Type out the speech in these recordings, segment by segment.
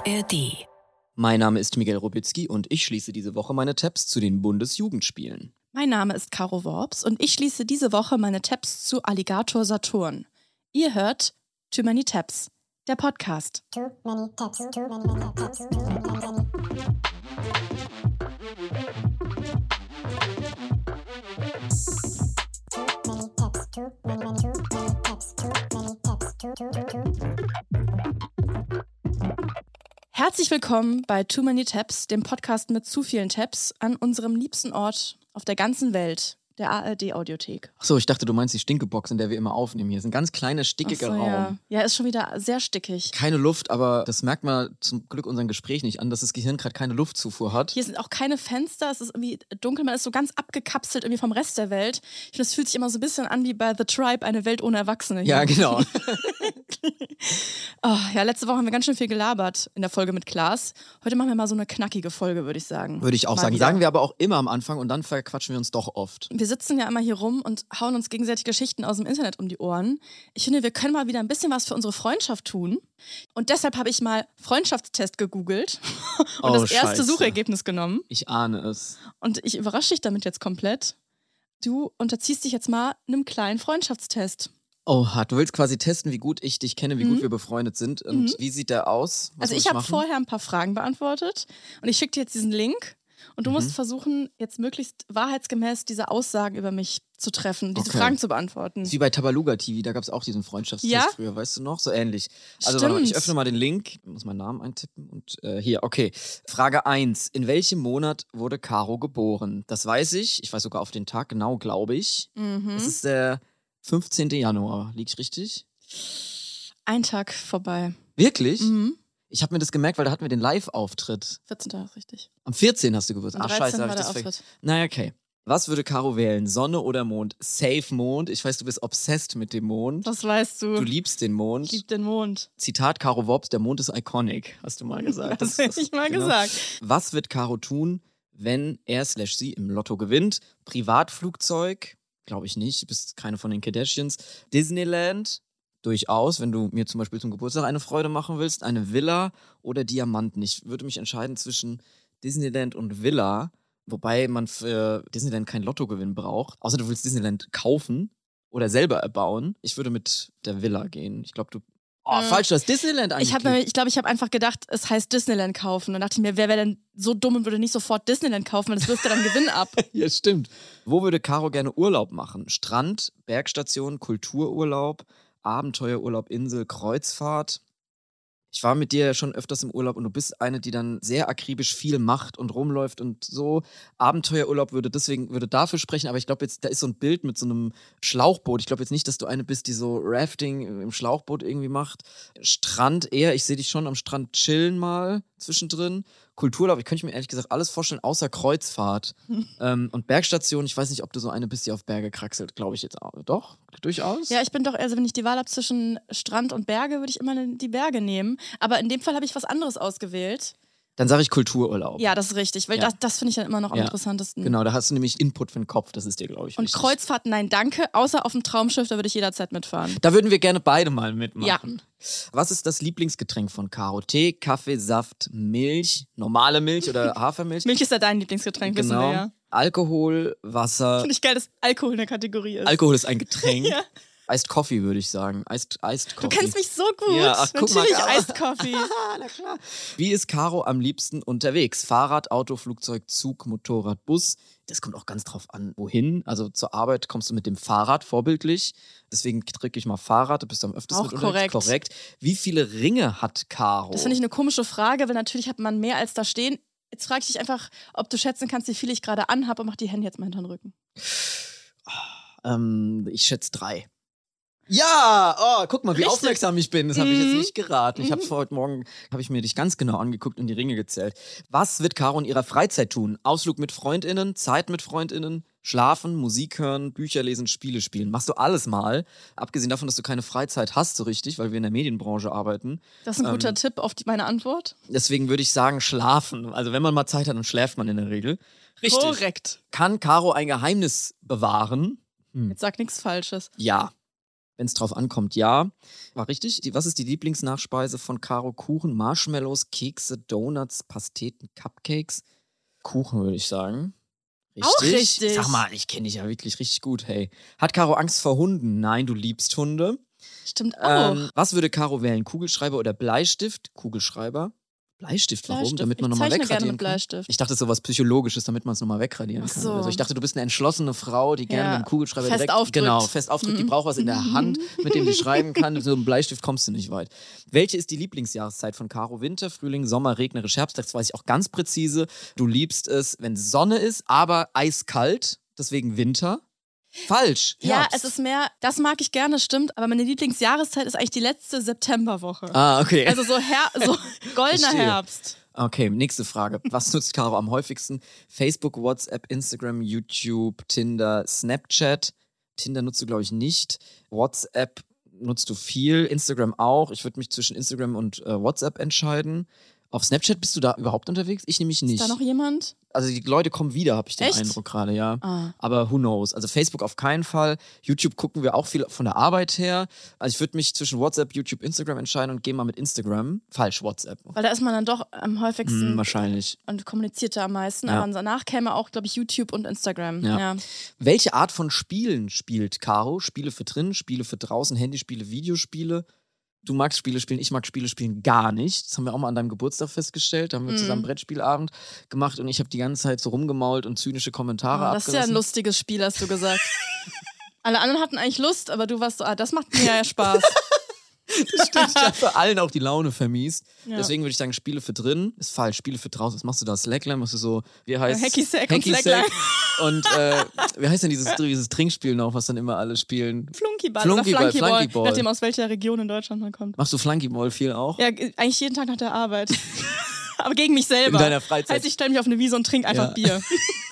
ARD. Mein Name ist Miguel Rubitzky und ich schließe diese Woche meine Tabs zu den Bundesjugendspielen. Mein Name ist Caro Worps und ich schließe diese Woche meine Tabs zu Alligator Saturn. Ihr hört Too Many Tabs, der Podcast. Too many tabs, too many tabs, too many tabs. Herzlich willkommen bei Too Many Tabs, dem Podcast mit zu vielen Tabs an unserem liebsten Ort auf der ganzen Welt, der ARD-Audiothek. Achso, ich dachte, du meinst die Stinkebox, in der wir immer aufnehmen. Hier ist ein ganz kleiner, stickiger Raum. Ja, ist schon wieder sehr stickig. Keine Luft, aber das merkt man zum Glück unseren Gespräch nicht an, dass das Gehirn gerade keine Luftzufuhr hat. Hier sind auch keine Fenster, es ist irgendwie dunkel, man ist so ganz abgekapselt irgendwie vom Rest der Welt. Ich finde, es fühlt sich immer so ein bisschen an wie bei The Tribe, eine Welt ohne Erwachsene. Hier. Ja, genau. Letzte Woche haben wir ganz schön viel gelabert in der Folge mit Klaas. Heute machen wir mal so eine knackige Folge, würde ich sagen. Würde ich auch Mal sagen. wieder. Sagen wir aber auch immer am Anfang und dann verquatschen wir uns doch oft. Wir sitzen ja immer hier rum und hauen uns gegenseitig Geschichten aus dem Internet um die Ohren. Ich finde, wir können mal wieder ein bisschen was für unsere Freundschaft tun. Und deshalb habe ich mal Freundschaftstest gegoogelt und das erste Scheiße. Suchergebnis genommen. Ich ahne es. Und ich überrasche dich damit jetzt komplett. Du unterziehst dich jetzt mal einem kleinen Freundschaftstest. Oha, du willst quasi testen, wie gut ich dich kenne, wie gut wir befreundet sind. Und wie sieht der aus? Was Also muss ich habe machen? vorher ein paar Fragen beantwortet und ich schicke dir jetzt diesen Link und du musst versuchen, jetzt möglichst wahrheitsgemäß diese Aussagen über mich zu treffen, diese Okay. Fragen zu beantworten. Ist wie bei Tabaluga TV, da gab es auch diesen Freundschaftstest Ja? früher, weißt du noch? So ähnlich. Also Stimmt. warte mal, ich öffne mal den Link, ich muss meinen Namen eintippen und hier, okay. Frage 1. In welchem Monat wurde Caro geboren? Das weiß ich weiß sogar auf den Tag genau, glaube ich. Es ist der 15. Januar, liege ich richtig? Ein Tag vorbei. Wirklich? Mhm. Ich habe mir das gemerkt, weil da hatten wir den Live-Auftritt. 14. ist richtig. Am 14. hast du Geburtstag. Am Ach 13. scheiße, hab war ich der das Auftritt. Naja, okay. Was würde Caro wählen? Sonne oder Mond? Safe Mond. Ich weiß, du bist obsessed mit dem Mond. Das weißt du. Du liebst den Mond. Ich lieb den Mond. Zitat Caro Worps, der Mond ist iconic, hast du mal gesagt. Das hätte ich mal gesagt. Was wird Caro tun, wenn er/sie im Lotto gewinnt? Privatflugzeug? Glaube ich nicht, du bist keine von den Kardashians. Disneyland? Durchaus, wenn du mir zum Beispiel zum Geburtstag eine Freude machen willst. Eine Villa oder Diamanten? Ich würde mich entscheiden zwischen Disneyland und Villa, wobei man für Disneyland keinen Lottogewinn braucht. Außer du willst Disneyland kaufen oder selber erbauen. Ich würde mit der Villa gehen. Ich glaube, falsch, du hast Disneyland Ich angeklickt. glaube, ich habe einfach gedacht, es heißt Disneyland kaufen. Und dachte ich mir, wer wäre denn so dumm und würde nicht sofort Disneyland kaufen, weil das wirft ja dann Gewinn ab. Ja, stimmt. Wo würde Caro gerne Urlaub machen? Strand, Bergstation, Kultururlaub, Abenteuerurlaub, Insel, Kreuzfahrt? Ich war mit dir ja schon öfters im Urlaub und du bist eine, die dann sehr akribisch viel macht und rumläuft und so. Abenteuerurlaub würde dafür sprechen, aber ich glaube jetzt, da ist so ein Bild mit so einem Schlauchboot. Ich glaube jetzt nicht, dass du eine bist, die so Rafting im Schlauchboot irgendwie macht. Strand eher, ich sehe dich schon am Strand chillen mal zwischendrin. Kultururlaub, ich könnte mir ehrlich gesagt alles vorstellen, außer Kreuzfahrt. Und Bergstation, ich weiß nicht, ob du so eine bist, die auf Berge kraxelt, glaube ich jetzt auch. Doch, durchaus. Ja, ich bin doch, also wenn ich die Wahl habe zwischen Strand und Berge, würde ich immer die Berge nehmen. Aber in dem Fall habe ich was anderes ausgewählt. Dann sage ich Kultururlaub. Ja, das ist richtig, weil Ja. das finde ich dann immer noch am Ja, interessantesten. Genau, da hast du nämlich Input für den Kopf, das ist dir, glaube ich, Und wichtig. Kreuzfahrt, nein, danke. Außer auf dem Traumschiff, da würde ich jederzeit mitfahren. Da würden wir gerne beide mal mitmachen. Ja. Was ist das Lieblingsgetränk von Caro? Tee, Kaffee, Saft, Milch, normale Milch oder Hafermilch? Milch ist ja dein Lieblingsgetränk, wissen wir ja. Alkohol, Wasser. Finde ich geil, dass Alkohol eine Kategorie ist. Alkohol ist ein Getränk. Ja. Iced Coffee, würde ich sagen. Iced Du Coffee. kennst mich so gut. Ja, ach, guck mal, Natürlich Caro. Iced Coffee. Na klar. Wie ist Caro am liebsten unterwegs? Fahrrad, Auto, Flugzeug, Zug, Motorrad, Bus? Das kommt auch ganz drauf an, wohin. Also zur Arbeit kommst du mit dem Fahrrad vorbildlich. Deswegen drücke ich mal Fahrrad, du bist am öftesten Auch mit unterwegs. korrekt. Wie viele Ringe hat Caro? Das finde ich eine komische Frage, weil natürlich hat man mehr als da stehen. Jetzt frage ich dich einfach, ob du schätzen kannst, wie viel ich gerade anhabe und mach die Hände jetzt mal hinter den Rücken. Ich schätze 3. Ja, guck mal, wie Richtig. aufmerksam ich bin. Das habe ich jetzt nicht geraten. Ich habe heute Morgen, habe ich mir dich ganz genau angeguckt und die Ringe gezählt. Was wird Caro in ihrer Freizeit tun? Ausflug mit FreundInnen, Zeit mit FreundInnen, schlafen, Musik hören, Bücher lesen, Spiele spielen. Machst du alles mal. Abgesehen davon, dass du keine Freizeit hast so richtig, weil wir in der Medienbranche arbeiten. Das ist ein guter Tipp auf meine Antwort. Deswegen würde ich sagen, schlafen. Also wenn man mal Zeit hat, dann schläft man in der Regel. Richtig. Korrekt. Kann Caro ein Geheimnis bewahren? Jetzt sag nichts Falsches. Ja. Wenn es drauf ankommt, ja. War richtig. Was ist die Lieblingsnachspeise von Caro? Kuchen, Marshmallows, Kekse, Donuts, Pasteten, Cupcakes? Kuchen, würde ich sagen. Richtig? Auch richtig. Sag mal, ich kenne dich ja wirklich richtig gut, hey. Hat Caro Angst vor Hunden? Nein, du liebst Hunde. Stimmt auch. Was würde Caro wählen? Kugelschreiber oder Bleistift? Kugelschreiber. Bleistift, warum? Bleistift. Damit man Ich nochmal zeichne wegradieren gerne mit kann. Bleistift. Ich dachte, so was Psychologisches, damit man es nochmal wegradieren Ach kann. so. Also ich dachte, du bist eine entschlossene Frau, die gerne Ja, mit dem Kugelschreiber fest direkt aufdrückt. Genau, fest aufdrückt. Die braucht was in der Hand, mit dem die schreiben kann. Mit so einem Bleistift kommst du nicht weit. Welche ist die Lieblingsjahreszeit von Caro? Winter, Frühling, Sommer, regnerisch, Herbst? Das weiß ich auch ganz präzise. Du liebst es, wenn Sonne ist, aber eiskalt. Deswegen Winter. Falsch. Ja, Herbst. es ist mehr, das mag ich gerne, stimmt, aber meine Lieblingsjahreszeit ist eigentlich die letzte Septemberwoche. Ah, okay. Also so goldener Verstehe. Herbst. Okay, nächste Frage. Was nutzt Caro am häufigsten? Facebook, WhatsApp, Instagram, YouTube, Tinder, Snapchat. Tinder nutzt du, glaube ich, nicht. WhatsApp nutzt du viel. Instagram auch. Ich würde mich zwischen Instagram und WhatsApp entscheiden. Auf Snapchat bist du da überhaupt unterwegs? Ich nämlich nicht. Ist da noch jemand? Also die Leute kommen wieder, habe ich den Echt? Eindruck gerade, ja. Ah. Aber who knows? Also Facebook auf keinen Fall. YouTube gucken wir auch viel von der Arbeit her. Also ich würde mich zwischen WhatsApp, YouTube, Instagram entscheiden und gehe mal mit Instagram. Falsch, WhatsApp. Weil da ist man dann doch am häufigsten Wahrscheinlich. und kommuniziert da am meisten. Ja. Aber danach käme auch, glaube ich, YouTube und Instagram. Ja. Ja. Welche Art von Spielen spielt Caro? Spiele für drin, Spiele für draußen, Handyspiele, Videospiele? Du magst Spiele spielen, ich mag Spiele spielen gar nicht. Das haben wir auch mal an deinem Geburtstag festgestellt. Da haben wir zusammen Brettspielabend gemacht und ich habe die ganze Zeit so rumgemault und zynische Kommentare Das ist ja ein abgelassen. lustiges Spiel, hast du gesagt. Alle anderen hatten eigentlich Lust, aber du warst so, das macht mir ja Spaß. Das stimmt, ich habe für allen auch die Laune vermiest. Ja. Deswegen würde ich sagen, Spiele für drin ist falsch. Spiele für draußen, was machst du da? Slackline, machst du so, wie heißt Hacky-Sack und Slackline. Und wie heißt denn dieses Trinkspiel noch, was dann immer alle spielen? Flunkyball Flunkyball, oder Flunkyball, Flunkyball. nachdem aus welcher Region in Deutschland man kommt. Machst du Flunkyball viel auch? Ja, eigentlich jeden Tag nach der Arbeit. Aber gegen mich selber. In deiner Freizeit. Heißt, ich stelle mich auf eine Wiese und trinke einfach Bier.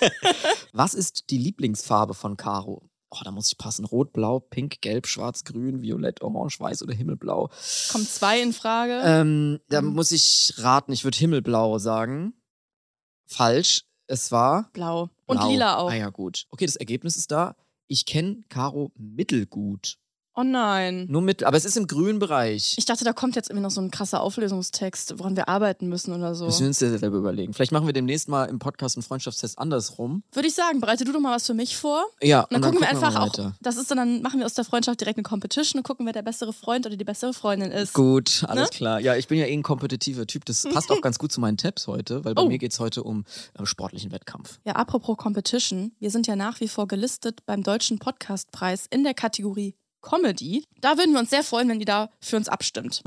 Was ist die Lieblingsfarbe von Caro? Oh, da muss ich passen. Rot, Blau, Pink, Gelb, Schwarz, Grün, Violett, Orange, Weiß oder Himmelblau. Kommen 2 in Frage. Da muss ich raten. Ich würde Himmelblau sagen. Falsch. Es war Blau. Und Blau. lila auch. Ah ja, gut. Okay, das Ergebnis ist da. Ich kenne Caro mittelgut. Oh nein. Nur mittel, aber es ist im grünen Bereich. Ich dachte, da kommt jetzt irgendwie noch so ein krasser Auflösungstext, woran wir arbeiten müssen oder so. Müssen wir uns selber überlegen. Vielleicht machen wir demnächst mal im Podcast einen Freundschaftstest andersrum. Würde ich sagen, bereite du doch mal was für mich vor. Ja, Und dann gucken wir einfach mal auch, weiter. das ist dann machen wir aus der Freundschaft direkt eine Competition und gucken, wer der bessere Freund oder die bessere Freundin ist. Gut, alles Ne? klar. Ja, ich bin ja eh ein kompetitiver Typ. Das passt auch ganz gut zu meinen Tabs heute, weil bei Oh. mir geht es heute um sportlichen Wettkampf. Ja, apropos Competition, wir sind ja nach wie vor gelistet beim Deutschen Podcastpreis in der Kategorie Comedy. Da würden wir uns sehr freuen, wenn ihr da für uns abstimmt.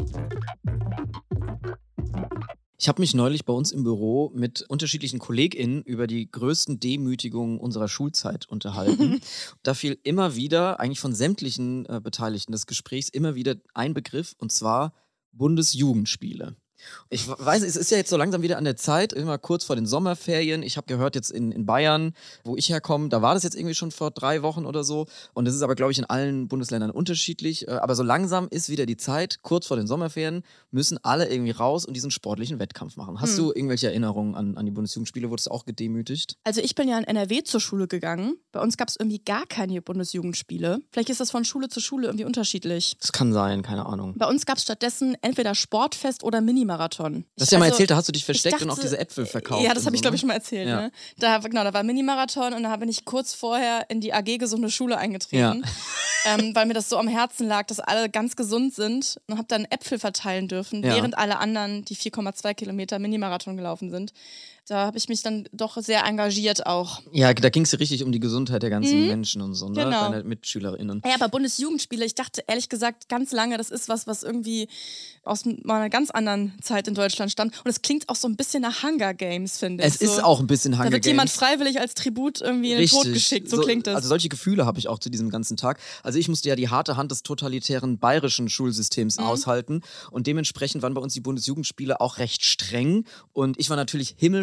Ich habe mich neulich bei uns im Büro mit unterschiedlichen KollegInnen über die größten Demütigungen unserer Schulzeit unterhalten. Da fiel immer wieder, eigentlich von sämtlichen Beteiligten des Gesprächs, immer wieder ein Begriff, und zwar Bundesjugendspiele. Ich weiß, es ist ja jetzt so langsam wieder an der Zeit, immer kurz vor den Sommerferien. Ich habe gehört, jetzt in Bayern, wo ich herkomme, da war das jetzt irgendwie schon vor 3 Wochen oder so. Und das ist aber, glaube ich, in allen Bundesländern unterschiedlich. Aber so langsam ist wieder die Zeit, kurz vor den Sommerferien, müssen alle irgendwie raus und diesen sportlichen Wettkampf machen. Hast du irgendwelche Erinnerungen an die Bundesjugendspiele? Wurdest du auch gedemütigt? Also ich bin ja in NRW zur Schule gegangen. Bei uns gab es irgendwie gar keine Bundesjugendspiele. Vielleicht ist das von Schule zu Schule irgendwie unterschiedlich. Das kann sein, keine Ahnung. Bei uns gab es stattdessen entweder Sportfest oder Minimarathon. Du hast ja mal erzählt, da hast du dich versteckt und auch diese Äpfel verkauft. Ja, das und habe ich, so, glaube ne? ich, schon mal erzählt. Ja. Ne? Da war Minimarathon und da bin ich kurz vorher in die AG Gesunde Schule eingetreten, weil mir das so am Herzen lag, dass alle ganz gesund sind, und habe dann Äpfel verteilen dürfen, Ja. während alle anderen die 4,2 Kilometer Minimarathon gelaufen sind. Da habe ich mich dann doch sehr engagiert auch. Ja, da ging es ja richtig um die Gesundheit der ganzen Menschen und so, ne? Genau. Deine MitschülerInnen. Ja, aber Bundesjugendspiele, ich dachte ehrlich gesagt ganz lange, das ist was irgendwie aus meiner ganz anderen Zeit in Deutschland stammt. Und es klingt auch so ein bisschen nach Hunger Games, finde ich. Es ist auch ein bisschen Hunger Da wird Games. jemand freiwillig als Tribut irgendwie in den Tod geschickt, so klingt das. Also solche Gefühle habe ich auch zu diesem ganzen Tag. Also ich musste ja die harte Hand des totalitären bayerischen Schulsystems aushalten und dementsprechend waren bei uns die Bundesjugendspiele auch recht streng und ich war natürlich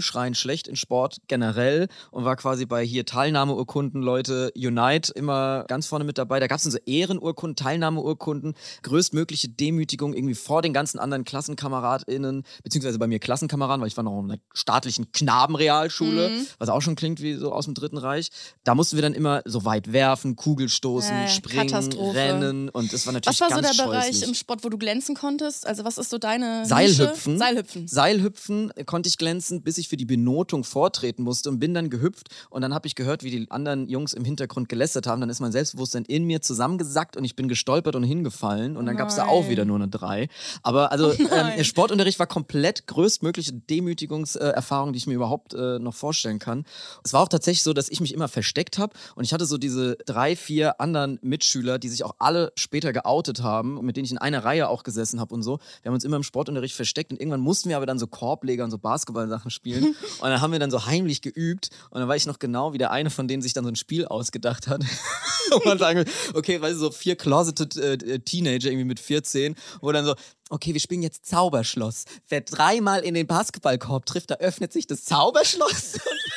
himmelschreiend schlecht in Sport generell und war quasi bei hier Teilnahmeurkunden, Leute, Unite immer ganz vorne mit dabei. Da gab es dann so Ehrenurkunden, Teilnahmeurkunden, größtmögliche Demütigung irgendwie vor den ganzen anderen KlassenkameradInnen, beziehungsweise bei mir Klassenkameraden, weil ich war noch in einer staatlichen Knabenrealschule, was auch schon klingt wie so aus dem Dritten Reich. Da mussten wir dann immer so weit werfen, Kugelstoßen, springen, rennen und das war natürlich ganz scheußlich. Was war so der scheußlich. Bereich im Sport, wo du glänzen konntest? Also was ist so deine Seilhüpfen. Nische? Seilhüpfen konnte ich glänzen, bis ich für die Benotung vortreten musste und bin dann gehüpft und dann habe ich gehört, wie die anderen Jungs im Hintergrund gelästert haben. Dann ist mein Selbstbewusstsein in mir zusammengesackt und ich bin gestolpert und hingefallen und dann gab es da auch wieder nur eine 3. Aber also Sportunterricht war komplett größtmögliche Demütigungserfahrung, die ich mir überhaupt noch vorstellen kann. Es war auch tatsächlich so, dass ich mich immer versteckt habe und ich hatte so diese 3, 4 anderen Mitschüler, die sich auch alle später geoutet haben und mit denen ich in einer Reihe auch gesessen habe und so. Wir haben uns immer im Sportunterricht versteckt und irgendwann mussten wir aber dann so Korbleger und so Basketball-Sachen spielen und dann haben wir dann so heimlich geübt und dann war ich noch genau, wie der eine von denen sich dann so ein Spiel ausgedacht hat. Und man sagen, okay, weißt du, so 4 closeted Teenager irgendwie mit 14, wo dann so, okay, wir spielen jetzt Zauberschloss. Wer 3-mal in den Basketballkorb trifft, da öffnet sich das Zauberschloss.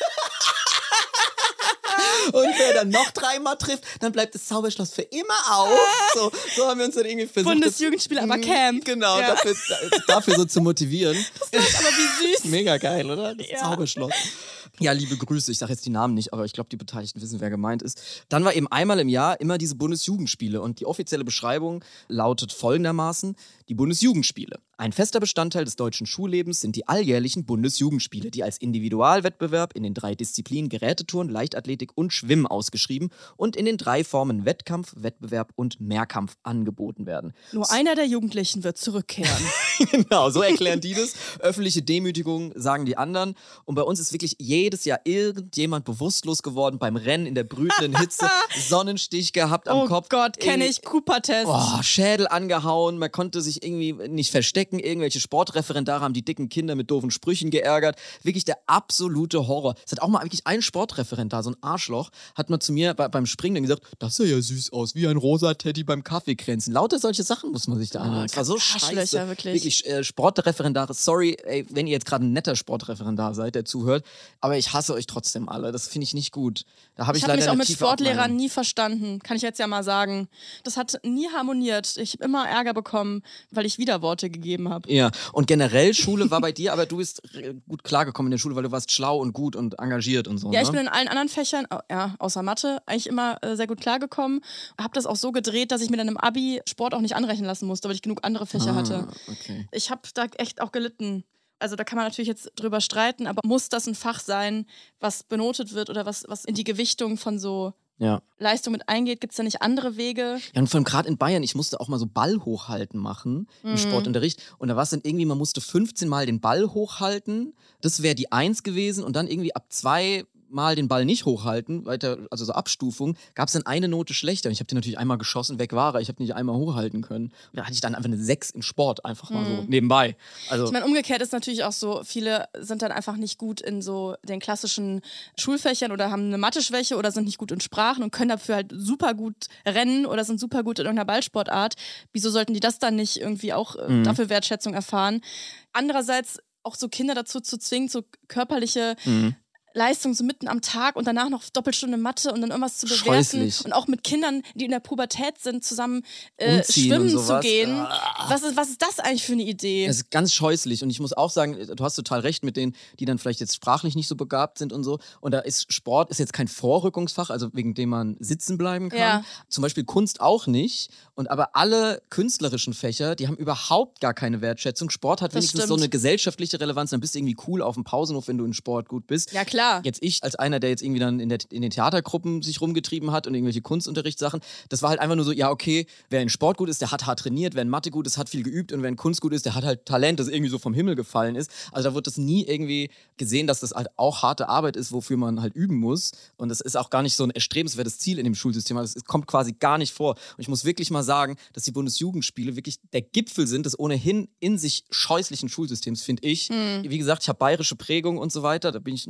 Und wer dann noch 3-mal trifft, dann bleibt das Zauberschloss für immer auf. So haben wir uns dann irgendwie versucht. Bundesjugendspiel, aber Camp. Genau, dafür so zu motivieren. Das ist aber wie süß. Mega geil, oder? Das Zauberschloss. Ja, liebe Grüße. Ich sage jetzt die Namen nicht, aber ich glaube, die Beteiligten wissen, wer gemeint ist. Dann war eben einmal im Jahr immer diese Bundesjugendspiele. Und die offizielle Beschreibung lautet folgendermaßen: Die Bundesjugendspiele. Ein fester Bestandteil des deutschen Schullebens sind die alljährlichen Bundesjugendspiele, die als Individualwettbewerb in den 3 Disziplinen Geräteturnen, Leichtathletik und Schwimmen ausgeschrieben und in den 3 Formen Wettkampf, Wettbewerb und Mehrkampf angeboten werden. Nur einer der Jugendlichen wird zurückkehren. Genau, so erklären die das. Öffentliche Demütigung sagen die anderen. Und bei uns ist wirklich jedes Jahr irgendjemand bewusstlos geworden beim Rennen in der brütenden Hitze, Sonnenstich gehabt am Kopf. Oh Gott, kenne ich, Cooper-Test. Schädel angehauen, man konnte sich irgendwie nicht verstecken. Irgendwelche Sportreferendare haben die dicken Kinder mit doofen Sprüchen geärgert. Wirklich der absolute Horror. Es hat auch mal wirklich ein Sportreferendar, so ein Arschloch, hat mal zu mir beim Springen dann gesagt, das sah ja süß aus, wie ein rosa Teddy beim Kaffeekränzen. Lauter solche Sachen muss man sich da anhören. Es war so scheiße. Wirklich, Sportreferendare, sorry, ey, wenn ihr jetzt gerade ein netter Sportreferendar seid, der zuhört, aber ich hasse euch trotzdem alle. Das finde ich nicht gut. Da habe ich leider mich auch eine mit tiefe Sportlehrern Abneigung. nie verstanden, kann ich jetzt ja mal sagen. Das hat nie harmoniert. Ich habe immer Ärger bekommen, weil ich Widerworte gegeben habe. Ja, und generell Schule war bei dir, aber du bist gut klargekommen in der Schule, weil du warst schlau und gut und engagiert und so. Ja, ne? ich bin in allen anderen Fächern, außer Mathe, eigentlich immer sehr gut klargekommen. Habe das auch so gedreht, dass ich mir dann im Abi Sport auch nicht anrechnen lassen musste, weil ich genug andere Fächer hatte. Okay. Ich habe da echt auch gelitten. Also da kann man natürlich jetzt drüber streiten, aber muss das ein Fach sein, was benotet wird oder was in die Gewichtung von so Leistung mit eingeht? Gibt es da nicht andere Wege? Ja, und vor allem gerade in Bayern, ich musste auch mal so Ball hochhalten machen im Sportunterricht. Und da war es dann irgendwie, man musste 15 Mal den Ball hochhalten. Das wäre die 1 gewesen. Und dann irgendwie ab 2 Mal den Ball nicht hochhalten, weiter, also so Abstufung, gab es dann eine Note schlechter. Und ich habe den natürlich einmal geschossen, weg war er. Ich habe nicht einmal hochhalten können. Und da hatte ich dann einfach eine 6 in Sport, einfach mal so nebenbei. Also, ich meine, umgekehrt ist natürlich auch so, viele sind dann einfach nicht gut in so den klassischen Schulfächern oder haben eine Mathe-Schwäche oder sind nicht gut in Sprachen und können dafür halt super gut rennen oder sind super gut in irgendeiner Ballsportart. Wieso sollten die das dann nicht irgendwie auch dafür Wertschätzung erfahren? Andererseits auch so Kinder dazu zu zwingen, so körperliche Leistung so mitten am Tag und danach noch Doppelstunde Mathe und dann irgendwas zu bewerten. Scheußlich. Und auch mit Kindern, die in der Pubertät sind, zusammen Umziehen schwimmen und zu sowas. gehen. Was ist das eigentlich für eine Idee? es ist ganz scheußlich und ich muss auch sagen, du hast total recht mit denen, die dann vielleicht jetzt sprachlich nicht so begabt sind und so. Und da ist Sport ist jetzt kein Vorrückungsfach, also wegen dem man sitzen bleiben kann. Ja. Zum Beispiel Kunst auch nicht. Und aber alle künstlerischen Fächer, die haben überhaupt gar keine Wertschätzung. Sport hat wenigstens so eine gesellschaftliche Relevanz. Dann bist du irgendwie cool auf dem Pausenhof, wenn du in Sport gut bist. Ja, klar. Jetzt ich als einer, der jetzt irgendwie dann in den Theatergruppen sich rumgetrieben hat und irgendwelche Kunstunterrichtssachen, das war halt einfach nur so, ja okay, wer in Sport gut ist, der hat hart trainiert, wer in Mathe gut ist, hat viel geübt und wer in Kunst gut ist, der hat halt Talent, das irgendwie so vom Himmel gefallen ist. Also da wird das nie irgendwie gesehen, dass das halt auch harte Arbeit ist, wofür man halt üben muss. Und das ist auch gar nicht so ein erstrebenswertes Ziel in dem Schulsystem. Also es kommt quasi gar nicht vor. Und ich muss wirklich mal sagen, dass die Bundesjugendspiele wirklich der Gipfel sind des ohnehin in sich scheußlichen Schulsystems, finde ich. Wie gesagt, ich habe bayerische Prägung und so weiter, da bin ich nochmal ein bisschen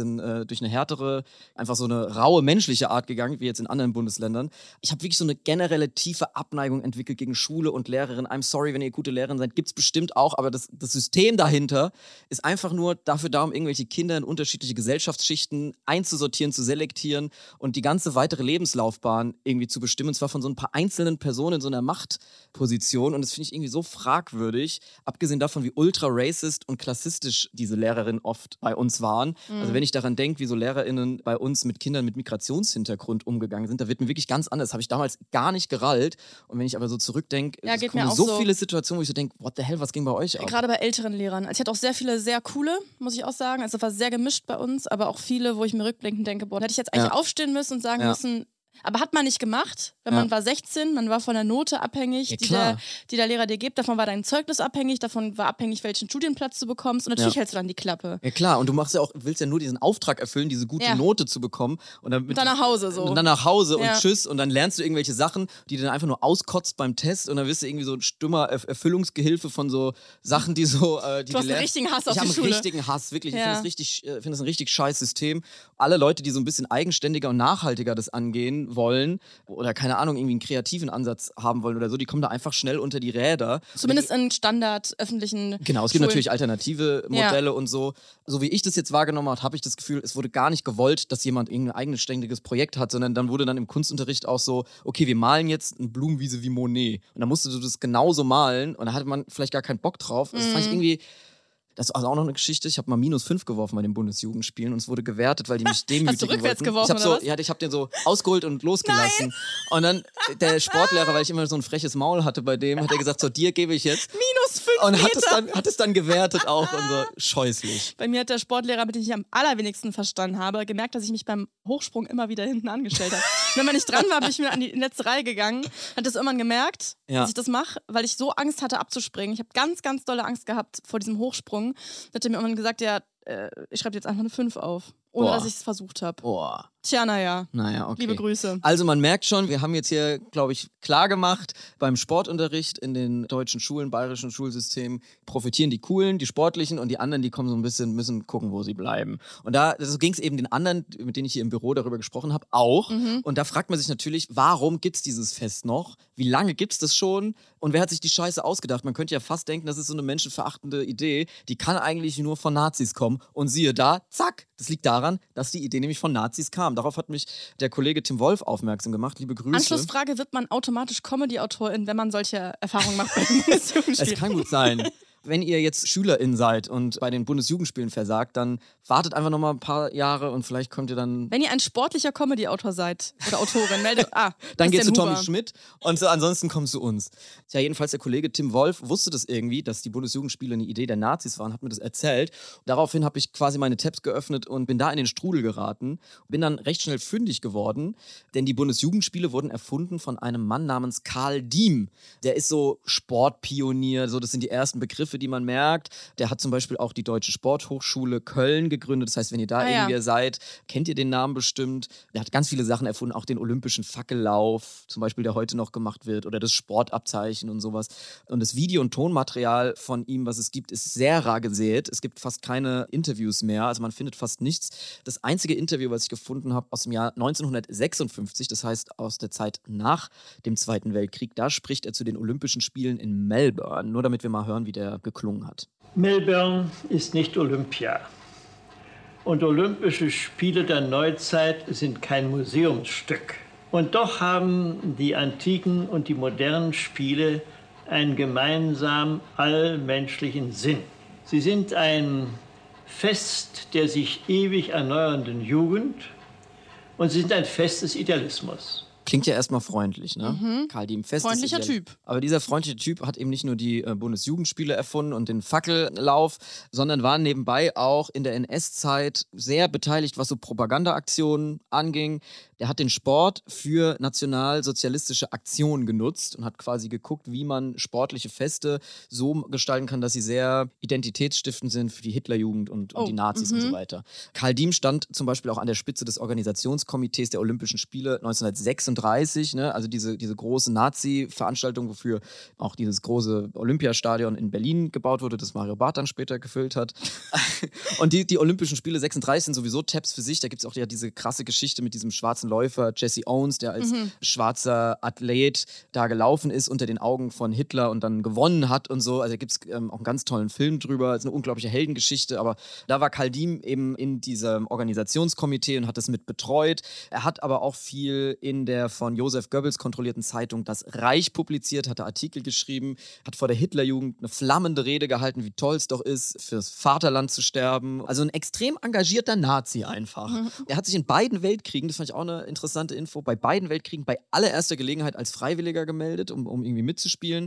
bisschen durch eine härtere, einfach so eine raue menschliche Art gegangen, wie jetzt in anderen Bundesländern. Ich habe wirklich so eine generelle tiefe Abneigung entwickelt gegen Schule und Lehrerin. I'm sorry, wenn ihr gute Lehrerin seid, gibt es bestimmt auch, aber das System dahinter ist einfach nur dafür da, um irgendwelche Kinder in unterschiedliche Gesellschaftsschichten einzusortieren, zu selektieren und die ganze weitere Lebenslaufbahn irgendwie zu bestimmen, und zwar von so ein paar einzelnen Personen in so einer Machtposition, und das finde ich irgendwie so fragwürdig, abgesehen davon, wie ultra racist und klassistisch diese Lehrerinnen oft bei uns waren. Also wenn ich daran denke, wie so LehrerInnen bei uns mit Kindern mit Migrationshintergrund umgegangen sind, da wird mir wirklich ganz anders. Das habe ich damals gar nicht gerallt. Und wenn ich aber so zurückdenke, es geht mir kommen auch so so. viele Situationen, wo ich so denke, what the hell, was ging bei euch ab? Gerade bei älteren Lehrern. Also ich hatte auch sehr viele sehr coole, muss ich auch sagen. Also es war sehr gemischt bei uns, aber auch viele, wo ich mir rückblickend denke, boah, hätte ich jetzt eigentlich aufstehen müssen und sagen müssen, aber hat man nicht gemacht, weil man war 16, man war von der Note abhängig, die der Lehrer dir gibt. Davon war dein Zeugnis abhängig, davon war abhängig, welchen Studienplatz du bekommst. Und natürlich hältst du dann die Klappe. Ja klar, und du willst ja nur diesen Auftrag erfüllen, diese gute Note zu bekommen. Und dann nach Hause so. Und dann nach Hause und tschüss. Und dann lernst du irgendwelche Sachen, die du dann einfach nur auskotzt beim Test. Und dann wirst du irgendwie so ein stummer Erfüllungsgehilfe von so Sachen, die so... du hast einen richtigen Hass auf die Schule. Ich habe einen richtigen Hass, wirklich. Ich finde das ein richtig scheiß System. Alle Leute, die so ein bisschen eigenständiger und nachhaltiger das angehen wollen oder keine Ahnung, irgendwie einen kreativen Ansatz haben wollen oder so, die kommen da einfach schnell unter die Räder. Zumindest in Standard öffentlichen Genau, es gibt natürlich alternative Modelle und so. So wie ich das jetzt wahrgenommen habe, habe ich das Gefühl, es wurde gar nicht gewollt, dass jemand irgendein eigenständiges Projekt hat, sondern dann wurde dann im Kunstunterricht auch so, okay, wir malen jetzt eine Blumenwiese wie Monet. Und dann musstest du das genauso malen und da hatte man vielleicht gar keinen Bock drauf. Das fand ich irgendwie... Das ist also auch noch eine Geschichte. Ich habe mal -5 geworfen bei den Bundesjugendspielen und es wurde gewertet, weil die mich demütigen Hast du rückwärts wollten. geworfen, Ich habe den so ausgeholt und losgelassen. Nein! Und dann der Sportlehrer, weil ich immer so ein freches Maul hatte bei dem, hat er gesagt, so, dir gebe ich jetzt. -5 und Meter. hat es dann gewertet auch und so. Scheußlich. Bei mir hat der Sportlehrer, mit dem ich am allerwenigsten verstanden habe, gemerkt, dass ich mich beim Hochsprung immer wieder hinten angestellt habe. Wenn man nicht dran war, bin ich mir an die letzte Reihe gegangen. Hat das irgendwann gemerkt, dass ich das mache, weil ich so Angst hatte abzuspringen. Ich habe ganz, ganz dolle Angst gehabt vor diesem Hochsprung. Da hat er mir irgendwann gesagt, ich schreibe jetzt einfach eine 5 auf. Ohne dass ich es versucht habe. Tja, naja. Okay. Liebe Grüße. Also man merkt schon, wir haben jetzt hier, glaube ich, klar gemacht, beim Sportunterricht in den deutschen Schulen, bayerischen Schulsystemen, profitieren die Coolen, die Sportlichen, und die anderen, die kommen so ein bisschen, müssen gucken, wo sie bleiben. Und so ging es eben den anderen, mit denen ich hier im Büro darüber gesprochen habe, auch. Und da fragt man sich natürlich, warum gibt es dieses Fest noch? Wie lange gibt es das schon? Und wer hat sich die Scheiße ausgedacht? Man könnte ja fast denken, das ist so eine menschenverachtende Idee, die kann eigentlich nur von Nazis kommen. Und siehe da, zack, das liegt daran, dass die Idee nämlich von Nazis kam. Darauf hat mich der Kollege Tim Wolf aufmerksam gemacht. Liebe Grüße. Anschlussfrage, wird man automatisch Comedy-Autorin, wenn man solche Erfahrungen macht bei den Bundesjugendspielen? Es kann gut sein. Wenn ihr jetzt SchülerInnen seid und bei den Bundesjugendspielen versagt, dann wartet einfach noch mal ein paar Jahre und vielleicht kommt ihr dann... Wenn ihr ein sportlicher Comedy-Autor seid oder Autorin, meldet... dann geht's zu Tommy Schmidt und so, ansonsten kommst du zu uns. Ja, jedenfalls der Kollege Tim Wolf wusste das irgendwie, dass die Bundesjugendspiele eine Idee der Nazis waren, hat mir das erzählt. Daraufhin habe ich quasi meine Tabs geöffnet und bin da in den Strudel geraten. Bin dann recht schnell fündig geworden, denn die Bundesjugendspiele wurden erfunden von einem Mann namens Karl Diem. Der ist so Sportpionier, so das sind die ersten Begriffe, die man merkt. Der hat zum Beispiel auch die Deutsche Sporthochschule Köln gegründet. Das heißt, wenn ihr da irgendwie seid, kennt ihr den Namen bestimmt. Der hat ganz viele Sachen erfunden, auch den olympischen Fackellauf, zum Beispiel, der heute noch gemacht wird, oder das Sportabzeichen und sowas. Und das Video- und Tonmaterial von ihm, was es gibt, ist sehr rar gesät. Es gibt fast keine Interviews mehr, also man findet fast nichts. Das einzige Interview, was ich gefunden habe, aus dem Jahr 1956, das heißt aus der Zeit nach dem Zweiten Weltkrieg, da spricht er zu den Olympischen Spielen in Melbourne. Nur damit wir mal hören, wie der geklungen hat. Melbourne ist nicht Olympia. Und Olympische Spiele der Neuzeit sind kein Museumsstück. Und doch haben die antiken und die modernen Spiele einen gemeinsamen allmenschlichen Sinn. Sie sind ein Fest der sich ewig erneuernden Jugend und sie sind ein Fest des Idealismus. Klingt ja erstmal freundlich, ne? Karl Diem, Fest freundlicher Typ. Aber dieser freundliche Typ hat eben nicht nur die Bundesjugendspiele erfunden und den Fackellauf, sondern war nebenbei auch in der NS-Zeit sehr beteiligt, was so Propagandaaktionen anging. Der hat den Sport für nationalsozialistische Aktionen genutzt und hat quasi geguckt, wie man sportliche Feste so gestalten kann, dass sie sehr identitätsstiftend sind für die Hitlerjugend und die Nazis und so weiter. Karl Diem stand zum Beispiel auch an der Spitze des Organisationskomitees der Olympischen Spiele 1936 36, ne? Also diese große Nazi-Veranstaltung, wofür auch dieses große Olympiastadion in Berlin gebaut wurde, das Mario Barth dann später gefüllt hat. Und die Olympischen Spiele 36 sind sowieso Tabs für sich. Da gibt es auch ja diese krasse Geschichte mit diesem schwarzen Läufer Jesse Owens, der als schwarzer Athlet da gelaufen ist unter den Augen von Hitler und dann gewonnen hat und so. Also da gibt es auch einen ganz tollen Film drüber. Es ist eine unglaubliche Heldengeschichte, aber da war Karl Diem eben in diesem Organisationskomitee und hat das mit betreut. Er hat aber auch viel in der von Joseph Goebbels kontrollierten Zeitung Das Reich publiziert, hat da Artikel geschrieben, hat vor der Hitlerjugend eine flammende Rede gehalten, wie toll es doch ist, fürs Vaterland zu sterben. Also ein extrem engagierter Nazi einfach. Er hat sich in beiden Weltkriegen, das fand ich auch eine interessante Info, bei beiden Weltkriegen bei allererster Gelegenheit als Freiwilliger gemeldet, um irgendwie mitzuspielen.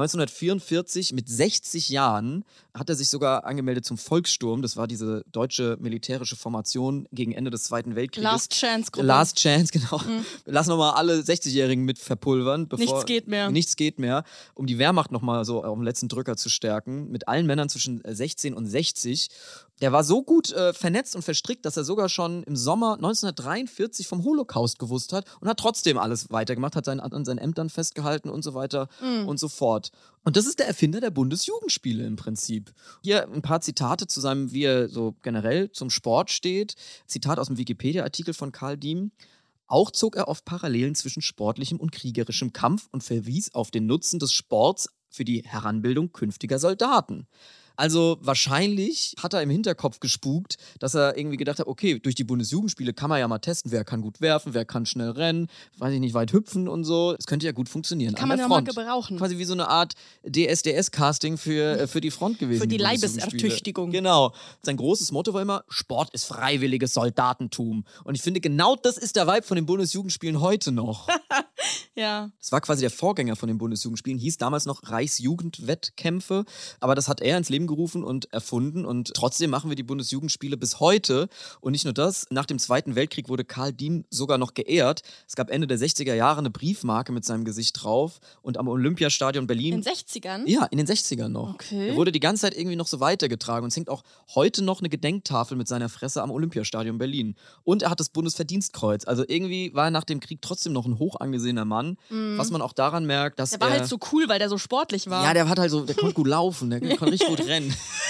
1944 mit 60 Jahren hat er sich sogar angemeldet zum Volkssturm. Das war diese deutsche militärische Formation gegen Ende des Zweiten Weltkrieges. Last Chance Gruppe. Last Chance, genau. Lass nochmal alle 60-Jährigen mit verpulvern. Nichts geht mehr. Nichts geht mehr, um die Wehrmacht nochmal so auf den letzten Drücker zu stärken. Mit allen Männern zwischen 16 und 60. Der war so gut vernetzt und verstrickt, dass er sogar schon im Sommer 1943 vom Holocaust gewusst hat und hat trotzdem alles weitergemacht, hat an seinen Ämtern festgehalten und so weiter und so fort. Und das ist der Erfinder der Bundesjugendspiele im Prinzip. Hier ein paar Zitate zu seinem, wie er so generell zum Sport steht. Zitat aus dem Wikipedia-Artikel von Karl Diem. Auch zog er oft Parallelen zwischen sportlichem und kriegerischem Kampf und verwies auf den Nutzen des Sports für die Heranbildung künftiger Soldaten. Also wahrscheinlich hat er im Hinterkopf gespukt, dass er irgendwie gedacht hat, okay, durch die Bundesjugendspiele kann man ja mal testen, wer kann gut werfen, wer kann schnell rennen, weiß ich nicht, weit hüpfen und so. Das könnte ja gut funktionieren. Kann man ja mal gebrauchen. Quasi wie so eine Art DSDS-Casting für die Front gewesen. Für die Leibesertüchtigung. Genau. Sein großes Motto war immer, Sport ist freiwilliges Soldatentum. Und ich finde, genau das ist der Vibe von den Bundesjugendspielen heute noch. Ja. Das war quasi der Vorgänger von den Bundesjugendspielen, hieß damals noch Reichsjugendwettkämpfe, aber das hat er ins Leben gerufen und erfunden und trotzdem machen wir die Bundesjugendspiele bis heute. Und nicht nur das, nach dem Zweiten Weltkrieg wurde Karl Diem sogar noch geehrt. Es gab Ende der 60er Jahre eine Briefmarke mit seinem Gesicht drauf und am Olympiastadion Berlin... In den 60ern? Ja, in den 60ern noch. Okay. Er wurde die ganze Zeit irgendwie noch so weitergetragen und es hängt auch heute noch eine Gedenktafel mit seiner Fresse am Olympiastadion Berlin. Und er hat das Bundesverdienstkreuz. Also irgendwie war er nach dem Krieg trotzdem noch ein hoch angesehener Mann, was man auch daran merkt, dass der war halt so cool, weil der so sportlich war. Ja, der konnte gut laufen, der konnte richtig gut rennen.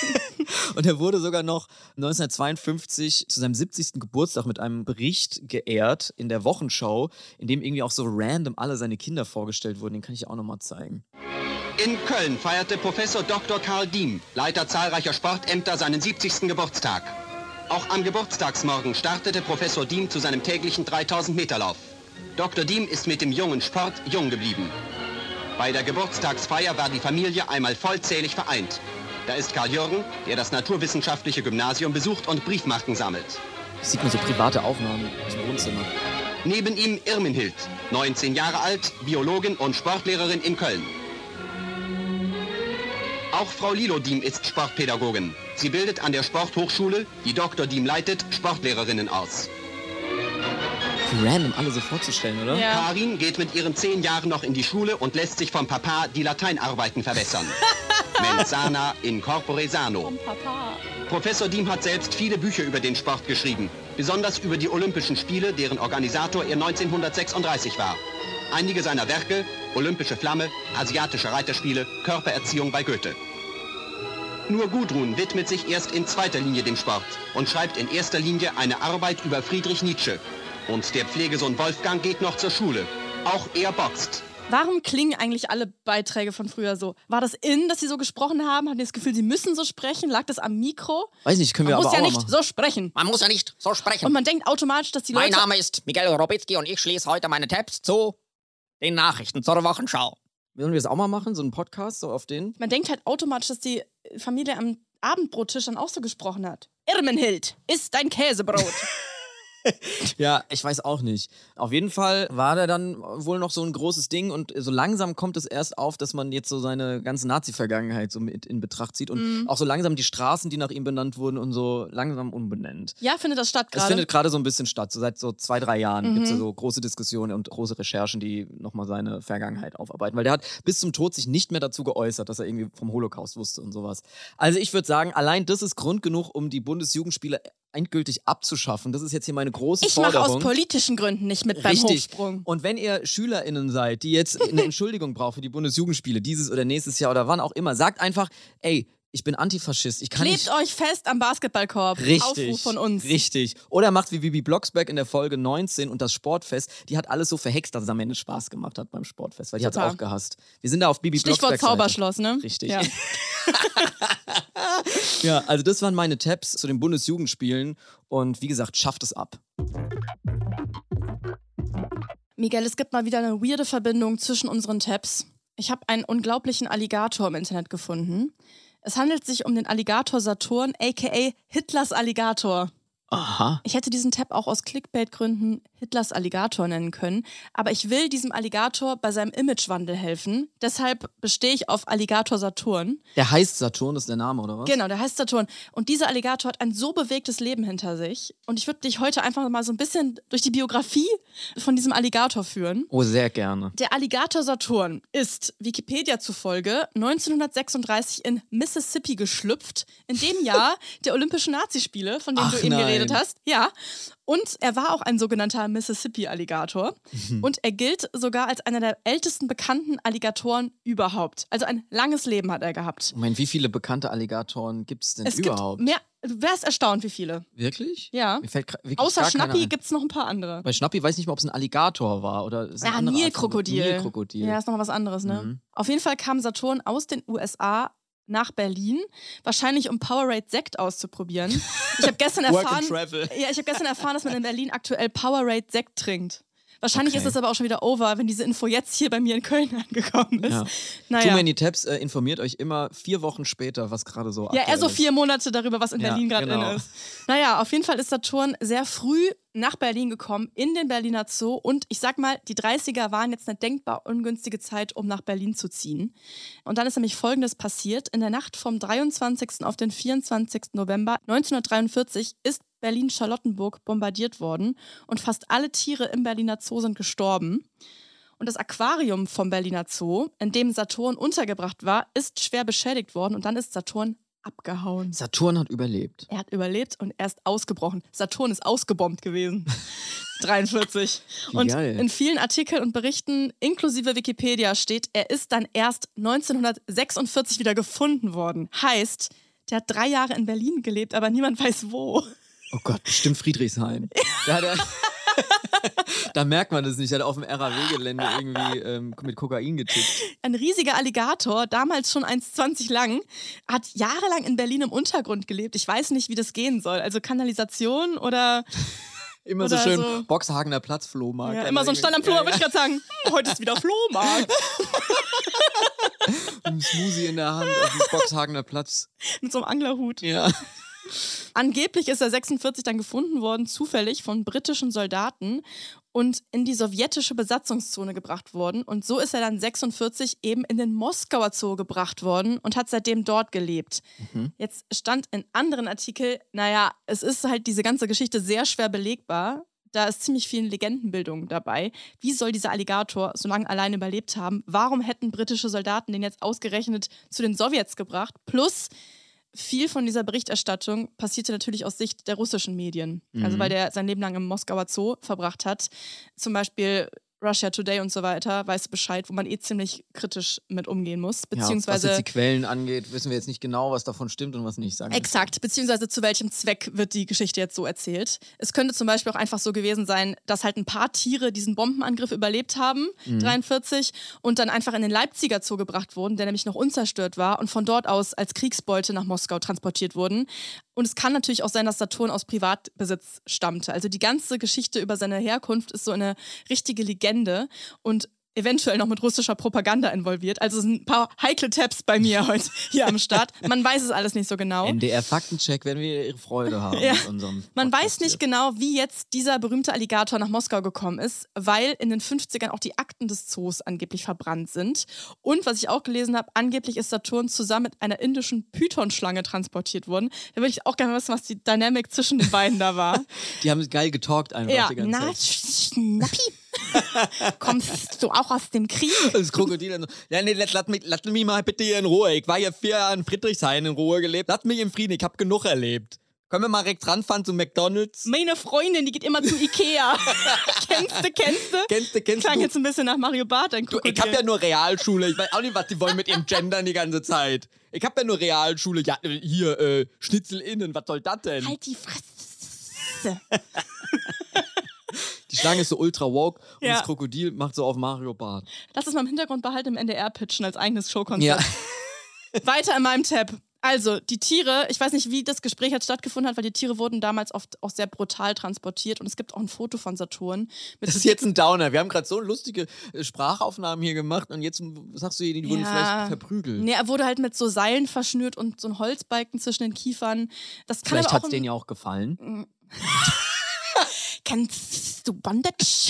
Und er wurde sogar noch 1952 zu seinem 70. Geburtstag mit einem Bericht geehrt in der Wochenschau, in dem irgendwie auch so random alle seine Kinder vorgestellt wurden. Den kann ich auch nochmal zeigen. In Köln feierte Professor Dr. Karl Diem, Leiter zahlreicher Sportämter, seinen 70. Geburtstag. Auch am Geburtstagsmorgen startete Professor Diem zu seinem täglichen 3000-Meter-Lauf. Dr. Diem ist mit dem jungen Sport jung geblieben. Bei der Geburtstagsfeier war die Familie einmal vollzählig vereint. Da ist Karl Jürgen, der das naturwissenschaftliche Gymnasium besucht und Briefmarken sammelt. Das sieht man so private Aufnahmen aus dem Wohnzimmer. Neben ihm Irmenhild, 19 Jahre alt, Biologin und Sportlehrerin in Köln. Auch Frau Lilo Diem ist Sportpädagogin. Sie bildet an der Sporthochschule, die Dr. Diem leitet, Sportlehrerinnen aus. Wie random alle so vorzustellen, oder? Ja. Karin geht mit ihren 10 Jahren noch in die Schule und lässt sich vom Papa die Lateinarbeiten verbessern. Mens sana in corpore sano. Papa. Professor Diem hat selbst viele Bücher über den Sport geschrieben, besonders über die Olympischen Spiele, deren Organisator er 1936 war. Einige seiner Werke, Olympische Flamme, Asiatische Reiterspiele, Körpererziehung bei Goethe. Nur Gudrun widmet sich erst in zweiter Linie dem Sport und schreibt in erster Linie eine Arbeit über Friedrich Nietzsche. Und der Pflegesohn Wolfgang geht noch zur Schule. Auch er boxt. Warum klingen eigentlich alle Beiträge von früher so? War das dass sie so gesprochen haben? Hatten die das Gefühl, sie müssen so sprechen? Lag das am Mikro? Weiß nicht, können wir Man aber muss ja auch nicht machen. so sprechen. Man muss ja nicht so sprechen. Und man denkt automatisch, dass die Leute... Mein Name ist Miguel Robitzky und ich schließe heute meine Tabs zu den Nachrichten zur Wochenschau. Wollen wir das auch mal machen, so einen Podcast, so auf den? Man denkt halt automatisch, dass die Familie am Abendbrottisch dann auch so gesprochen hat. Irmenhild, isst dein Käsebrot. Ja, ich weiß auch nicht. Auf jeden Fall war der dann wohl noch so ein großes Ding und so langsam kommt es erst auf, dass man jetzt so seine ganze Nazi-Vergangenheit so mit in Betracht zieht und auch so langsam die Straßen, die nach ihm benannt wurden und so langsam umbenennt. Ja, findet das statt Es gerade? findet gerade so ein bisschen statt. So seit so 2-3 Jahren gibt es ja so große Diskussionen und große Recherchen, die nochmal seine Vergangenheit aufarbeiten. Weil der hat bis zum Tod sich nicht mehr dazu geäußert, dass er irgendwie vom Holocaust wusste und sowas. Also ich würde sagen, allein das ist Grund genug, um die Bundesjugendspiele endgültig abzuschaffen. Das ist jetzt hier meine große Ich mache Forderung. aus politischen Gründen nicht mit beim Richtig. Hochsprung. Und wenn ihr SchülerInnen seid, die jetzt eine Entschuldigung brauchen für die Bundesjugendspiele, dieses oder nächstes Jahr oder wann auch immer, sagt einfach, ey, ich bin Antifaschist. Ich kann Klebt nicht... euch fest am Basketballkorb. Richtig. Aufruf von uns. Richtig. Oder macht wie Bibi Blocksberg in der Folge 19 und das Sportfest. Die hat alles so verhext, dass es am Ende Spaß gemacht hat beim Sportfest, weil die hat es Total. auch gehasst. Wir sind da auf Bibi Stichwort Blocksberg. Zauberschloss, ne? Richtig. Ja. Ja, also das waren meine Tabs zu den Bundesjugendspielen und wie gesagt, schafft es ab. Miguel, es gibt mal wieder eine weirde Verbindung zwischen unseren Tabs. Ich habe einen unglaublichen Alligator im Internet gefunden. Es handelt sich um den Alligator Saturn, aka Hitlers Alligator. Aha. Ich hätte diesen Tab auch aus Clickbait-Gründen Hitlers Alligator nennen können, aber ich will diesem Alligator bei seinem Imagewandel helfen. Deshalb bestehe ich auf Alligator Saturn. Der heißt Saturn, das ist der Name, oder was? Genau, der heißt Saturn. Und dieser Alligator hat ein so bewegtes Leben hinter sich. Und ich würde dich heute einfach mal so ein bisschen durch die Biografie von diesem Alligator führen. Oh, sehr gerne. Der Alligator Saturn ist Wikipedia zufolge 1936 in Mississippi geschlüpft, in dem Jahr der Olympischen Nazispiele, von denen Ach du eben nein. geredet hast. Ja. Und er war auch ein sogenannter Mississippi-Alligator. Und er gilt sogar als einer der ältesten bekannten Alligatoren überhaupt. Also ein langes Leben hat er gehabt. Moment, wie viele bekannte Alligatoren gibt es denn Es überhaupt? gibt mehr, du wärst erstaunt, wie viele. Wirklich? Ja. Mir fällt wirklich Außer gar keiner Schnappi ein. gibt es noch ein paar andere. Bei Schnappi weiß ich nicht mal, ob es ein Alligator war oder ist eine Ja, andere Art von- Nilkrokodil. Nilkrokodil. Ja, ist nochmal was anderes, ne? Mhm. Auf jeden Fall kam Saturn aus den USA nach Berlin, wahrscheinlich um Powerade Sekt auszuprobieren. Ich habe gestern Work and erfahren, travel. ja, ich habe gestern erfahren, dass man in Berlin aktuell Powerade Sekt trinkt. Wahrscheinlich Okay. ist es aber auch schon wieder over, wenn diese Info jetzt hier bei mir in Köln angekommen ist. Ja. Too Naja. Many Tabs informiert euch immer 4 Wochen später, was gerade so Ja, aktuell eher so ist. 4 Monate darüber, was in Ja, Berlin gerade genau. in ist. Naja, auf jeden Fall ist Saturn sehr früh nach Berlin gekommen, in den Berliner Zoo. Und ich sag mal, die 30er waren jetzt eine denkbar ungünstige Zeit, um nach Berlin zu ziehen. Und dann ist nämlich Folgendes passiert. In der Nacht vom 23. auf den 24. November 1943 ist Berlin-Charlottenburg bombardiert worden und fast alle Tiere im Berliner Zoo sind gestorben. Und das Aquarium vom Berliner Zoo, in dem Saturn untergebracht war, ist schwer beschädigt worden und dann ist Saturn abgehauen. Saturn hat überlebt. Er hat überlebt und er ist ausgebrochen. Saturn ist ausgebombt gewesen. 43. Wie Und geil. in vielen Artikeln und Berichten, inklusive Wikipedia, steht, er ist dann erst 1946 wieder gefunden worden. Heißt, der hat 3 Jahre in Berlin gelebt, aber niemand weiß wo. Oh Gott, bestimmt Friedrichshain. Da merkt man das nicht. Der hat auf dem RAW-Gelände irgendwie mit Kokain getippt. Ein riesiger Alligator, damals schon 1,20 lang, hat jahrelang in Berlin im Untergrund gelebt. Ich weiß nicht, wie das gehen soll. Also Kanalisation oder Immer so Oder schön so. Boxhagener Platz, Flohmarkt. ja, immer so ein Stand am Flur, würde ich gerade sagen, heute ist wieder Flohmarkt. Ein Smoothie in der Hand auf dem Boxhagener Platz. Mit so einem Anglerhut. Ja. Angeblich ist er 46 dann gefunden worden, zufällig von britischen Soldaten und in die sowjetische Besatzungszone gebracht worden. Und so ist er dann 46 eben in den Moskauer Zoo gebracht worden und hat seitdem dort gelebt. Jetzt stand in anderen Artikeln, naja, es ist halt diese ganze Geschichte sehr schwer belegbar. Da ist ziemlich viel Legendenbildung dabei. Wie soll dieser Alligator so lange allein überlebt haben? Warum hätten britische Soldaten den jetzt ausgerechnet zu den Sowjets gebracht? Plus, viel von dieser Berichterstattung passierte natürlich aus Sicht der russischen Medien. Also weil der sein Leben lang im Moskauer Zoo verbracht hat. Zum Beispiel Russia Today und so weiter, weiß Bescheid, wo man ziemlich kritisch mit umgehen muss. Ja, was Beziehungsweise jetzt die Quellen angeht, wissen wir jetzt nicht genau, was davon stimmt und was nicht. Sagen wir. exakt, beziehungsweise zu welchem Zweck wird die Geschichte jetzt so erzählt. Es könnte zum Beispiel auch einfach so gewesen sein, dass halt ein paar Tiere diesen Bombenangriff überlebt haben, 43, und dann einfach in den Leipziger Zoo gebracht wurden, der nämlich noch unzerstört war und von dort aus als Kriegsbeute nach Moskau transportiert wurden. Und es kann natürlich auch sein, dass Saturn aus Privatbesitz stammte. Also die ganze Geschichte über seine Herkunft ist so eine richtige Legende und eventuell noch mit russischer Propaganda involviert. Also es sind ein paar heikle Tabs bei mir heute hier am Start. Man weiß es alles nicht so genau. NDR-Faktencheck werden wir ihre Freude haben Ja. mit unserem Man Podcast weiß nicht hier. genau, wie jetzt dieser berühmte Alligator nach Moskau gekommen ist, weil in den 50ern auch die Akten des Zoos angeblich verbrannt sind. Und was ich auch gelesen habe, angeblich ist Saturn zusammen mit einer indischen Python-Schlange transportiert worden. Da würde ich auch gerne wissen, was die Dynamik zwischen den beiden da war. Die haben geil getalkt einfach Ja, die ganze na, Zeit. Schnappi, kommst du auch aus dem Krieg? Das Krokodil dann so, ja, nee, lass mich mal bitte hier in Ruhe. Ich war hier 4 Jahre in Friedrichshain in Ruhe gelebt. Lass mich in Frieden, ich hab genug erlebt. Können wir mal rechts ranfahren zu McDonald's? Meine Freundin, die geht immer zu Ikea. Kennst du? Klang jetzt ein bisschen nach Mario Barth, ein Du, Krokodil. ich hab ja nur Realschule. Ich weiß auch nicht, was die wollen mit ihrem Gendern die ganze Zeit. Ich hab ja nur Realschule. Ja, hier, Schnitzel innen. Was soll das denn? Halt die Fresse. Die Schlange ist so ultra woke und Ja. das Krokodil macht so auf Mario Barth. Lass es mal im Hintergrund behalten, im NDR pitchen als eigenes Showkonzept. Ja. Weiter in meinem Tab. Also, die Tiere, ich weiß nicht, wie das Gespräch jetzt stattgefunden hat, weil die Tiere wurden damals oft auch sehr brutal transportiert und es gibt auch ein Foto von Saturn. Mit Das so ist jetzt ein Downer. Wir haben gerade so lustige Sprachaufnahmen hier gemacht und jetzt sagst du, die wurden vielleicht verprügelt. Nee, er wurde halt mit so Seilen verschnürt und so ein Holzbalken zwischen den Kiefern. Das kann Vielleicht aber hat auch es denen ja auch gefallen. Kennst du Bondage?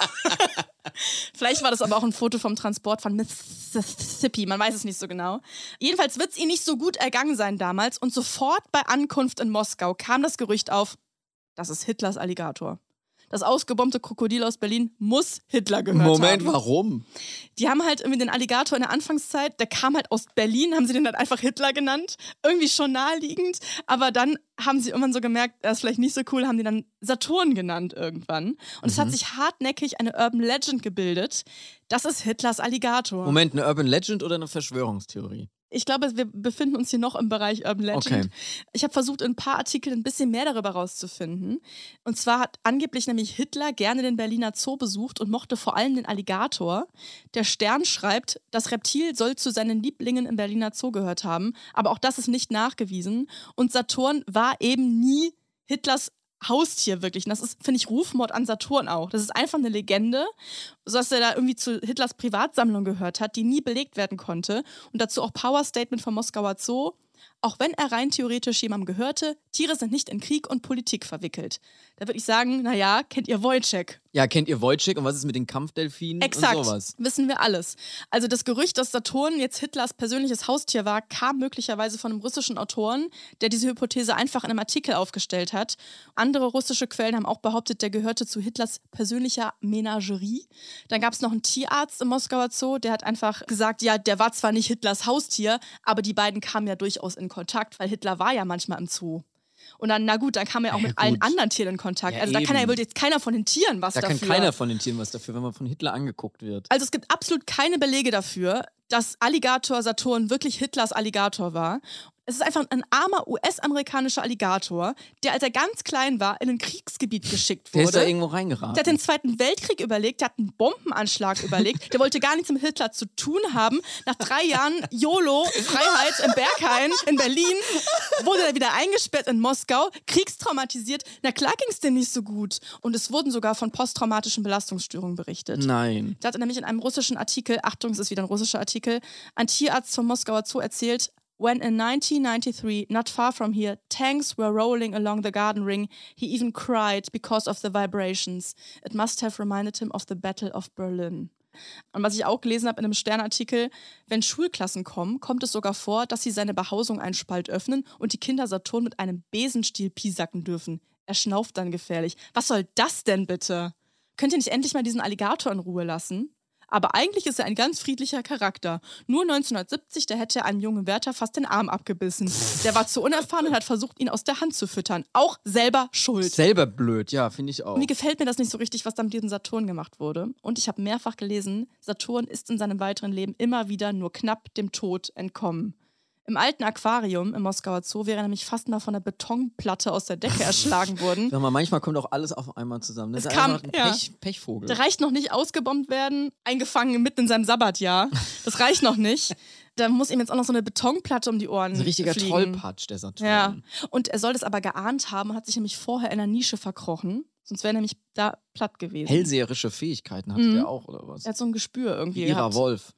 Vielleicht war das aber auch ein Foto vom Transport von Mississippi, man weiß es nicht so genau. Jedenfalls wird es ihm nicht so gut ergangen sein damals und sofort bei Ankunft in Moskau kam das Gerücht auf, das ist Hitlers Alligator. Das ausgebombte Krokodil aus Berlin muss Hitler gehört Moment, haben. warum? Die haben halt irgendwie den Alligator in der Anfangszeit, der kam halt aus Berlin, haben sie den dann einfach Hitler genannt. Irgendwie schon naheliegend. Aber dann haben sie irgendwann so gemerkt, das ist vielleicht nicht so cool, haben die dann Saturn genannt irgendwann. Und es hat sich hartnäckig eine Urban Legend gebildet. Das ist Hitlers Alligator. Moment, eine Urban Legend oder eine Verschwörungstheorie? Ich glaube, wir befinden uns hier noch im Bereich Urban Legend. Okay. Ich habe versucht, in ein paar Artikeln ein bisschen mehr darüber rauszufinden. Und zwar hat angeblich nämlich Hitler gerne den Berliner Zoo besucht und mochte vor allem den Alligator. Der Stern schreibt, das Reptil soll zu seinen Lieblingen im Berliner Zoo gehört haben. Aber auch das ist nicht nachgewiesen. Und Saturn war eben nie Hitlers Haustier wirklich. Und das ist, finde ich, Rufmord an Saturn auch. Das ist einfach eine Legende, sodass er da irgendwie zu Hitlers Privatsammlung gehört hat, die nie belegt werden konnte. Und dazu auch Power-Statement vom Moskauer Zoo. Auch wenn er rein theoretisch jemandem gehörte, Tiere sind nicht in Krieg und Politik verwickelt. Da würde ich sagen, naja, kennt ihr Wojciech? Ja, kennt ihr Wojciech und was ist mit den Kampfdelfinen Exakt, und sowas? wissen wir alles. Also das Gerücht, dass Saturn jetzt Hitlers persönliches Haustier war, kam möglicherweise von einem russischen Autoren, der diese Hypothese einfach in einem Artikel aufgestellt hat. Andere russische Quellen haben auch behauptet, der gehörte zu Hitlers persönlicher Menagerie. Dann gab es noch einen Tierarzt im Moskauer Zoo, der hat einfach gesagt, ja, der war zwar nicht Hitlers Haustier, aber die beiden kamen ja durchaus in Kontakt, weil Hitler war ja manchmal im Zoo. Und dann, na gut, dann kam er auch mit allen anderen Tieren in Kontakt. Ja, also da kann ja eben. wohl jetzt keiner von den Tieren was Da dafür. kann keiner von den Tieren was dafür, wenn man von Hitler angeguckt wird. Also es gibt absolut keine Belege dafür, dass Alligator Saturn wirklich Hitlers Alligator war. Es ist einfach ein armer US-amerikanischer Alligator, der, als er ganz klein war, in ein Kriegsgebiet geschickt Der wurde. ist da irgendwo reingeraten. Der hat den Zweiten Weltkrieg überlegt, der hat einen Bombenanschlag überlegt, der wollte gar nichts mit Hitler zu tun haben. Nach 3 Jahren YOLO, Freiheit im Berghain in Berlin, wurde er wieder eingesperrt in Moskau, kriegstraumatisiert. Na klar ging es dem nicht so gut. Und es wurden sogar von posttraumatischen Belastungsstörungen berichtet. Nein. Da hat er nämlich in einem russischen Artikel, Achtung, es ist wieder ein russischer Artikel, ein Tierarzt vom Moskauer Zoo erzählt, when in 1993, not far from here, tanks were rolling along the garden ring, he even cried because of the vibrations. It must have reminded him of the Battle of Berlin. Und was ich auch gelesen habe in einem Sternartikel, wenn Schulklassen kommen, kommt es sogar vor, dass sie seine Behausung einen Spalt öffnen und die Kinder Saturn mit einem Besenstiel piesacken dürfen. Er schnauft dann gefährlich. Was soll das denn bitte? Könnt ihr nicht endlich mal diesen Alligator in Ruhe lassen? Aber eigentlich ist er ein ganz friedlicher Charakter. Nur 1970, da hätte er einem jungen Wärter fast den Arm abgebissen. Der war zu unerfahren und hat versucht, ihn aus der Hand zu füttern. Auch selber schuld. Selber blöd, ja, finde ich auch. Mir gefällt mir das nicht so richtig, was da mit diesem Saturn gemacht wurde. Und ich habe mehrfach gelesen, Saturn ist in seinem weiteren Leben immer wieder nur knapp dem Tod entkommen. Im alten Aquarium im Moskauer Zoo wäre er nämlich fast mal von einer Betonplatte aus der Decke erschlagen worden. Sag mal, manchmal kommt auch alles auf einmal zusammen. Das Es ist kam- einfach ein ja. Pechvogel. Da reicht noch nicht ausgebombt werden, eingefangen mitten in seinem Sabbatjahr. Das reicht noch nicht. Da muss ihm jetzt auch noch so eine Betonplatte um die Ohren Das ist ein richtiger fliegen. Tollpatsch, der Saturn. Ja, und er soll das aber geahnt haben und hat sich nämlich vorher in einer Nische verkrochen. Sonst wäre er nämlich da platt gewesen. Hellseherische Fähigkeiten hatte der auch, oder was? Er hat so ein Gespür irgendwie Wie Ira gehabt. Wolf.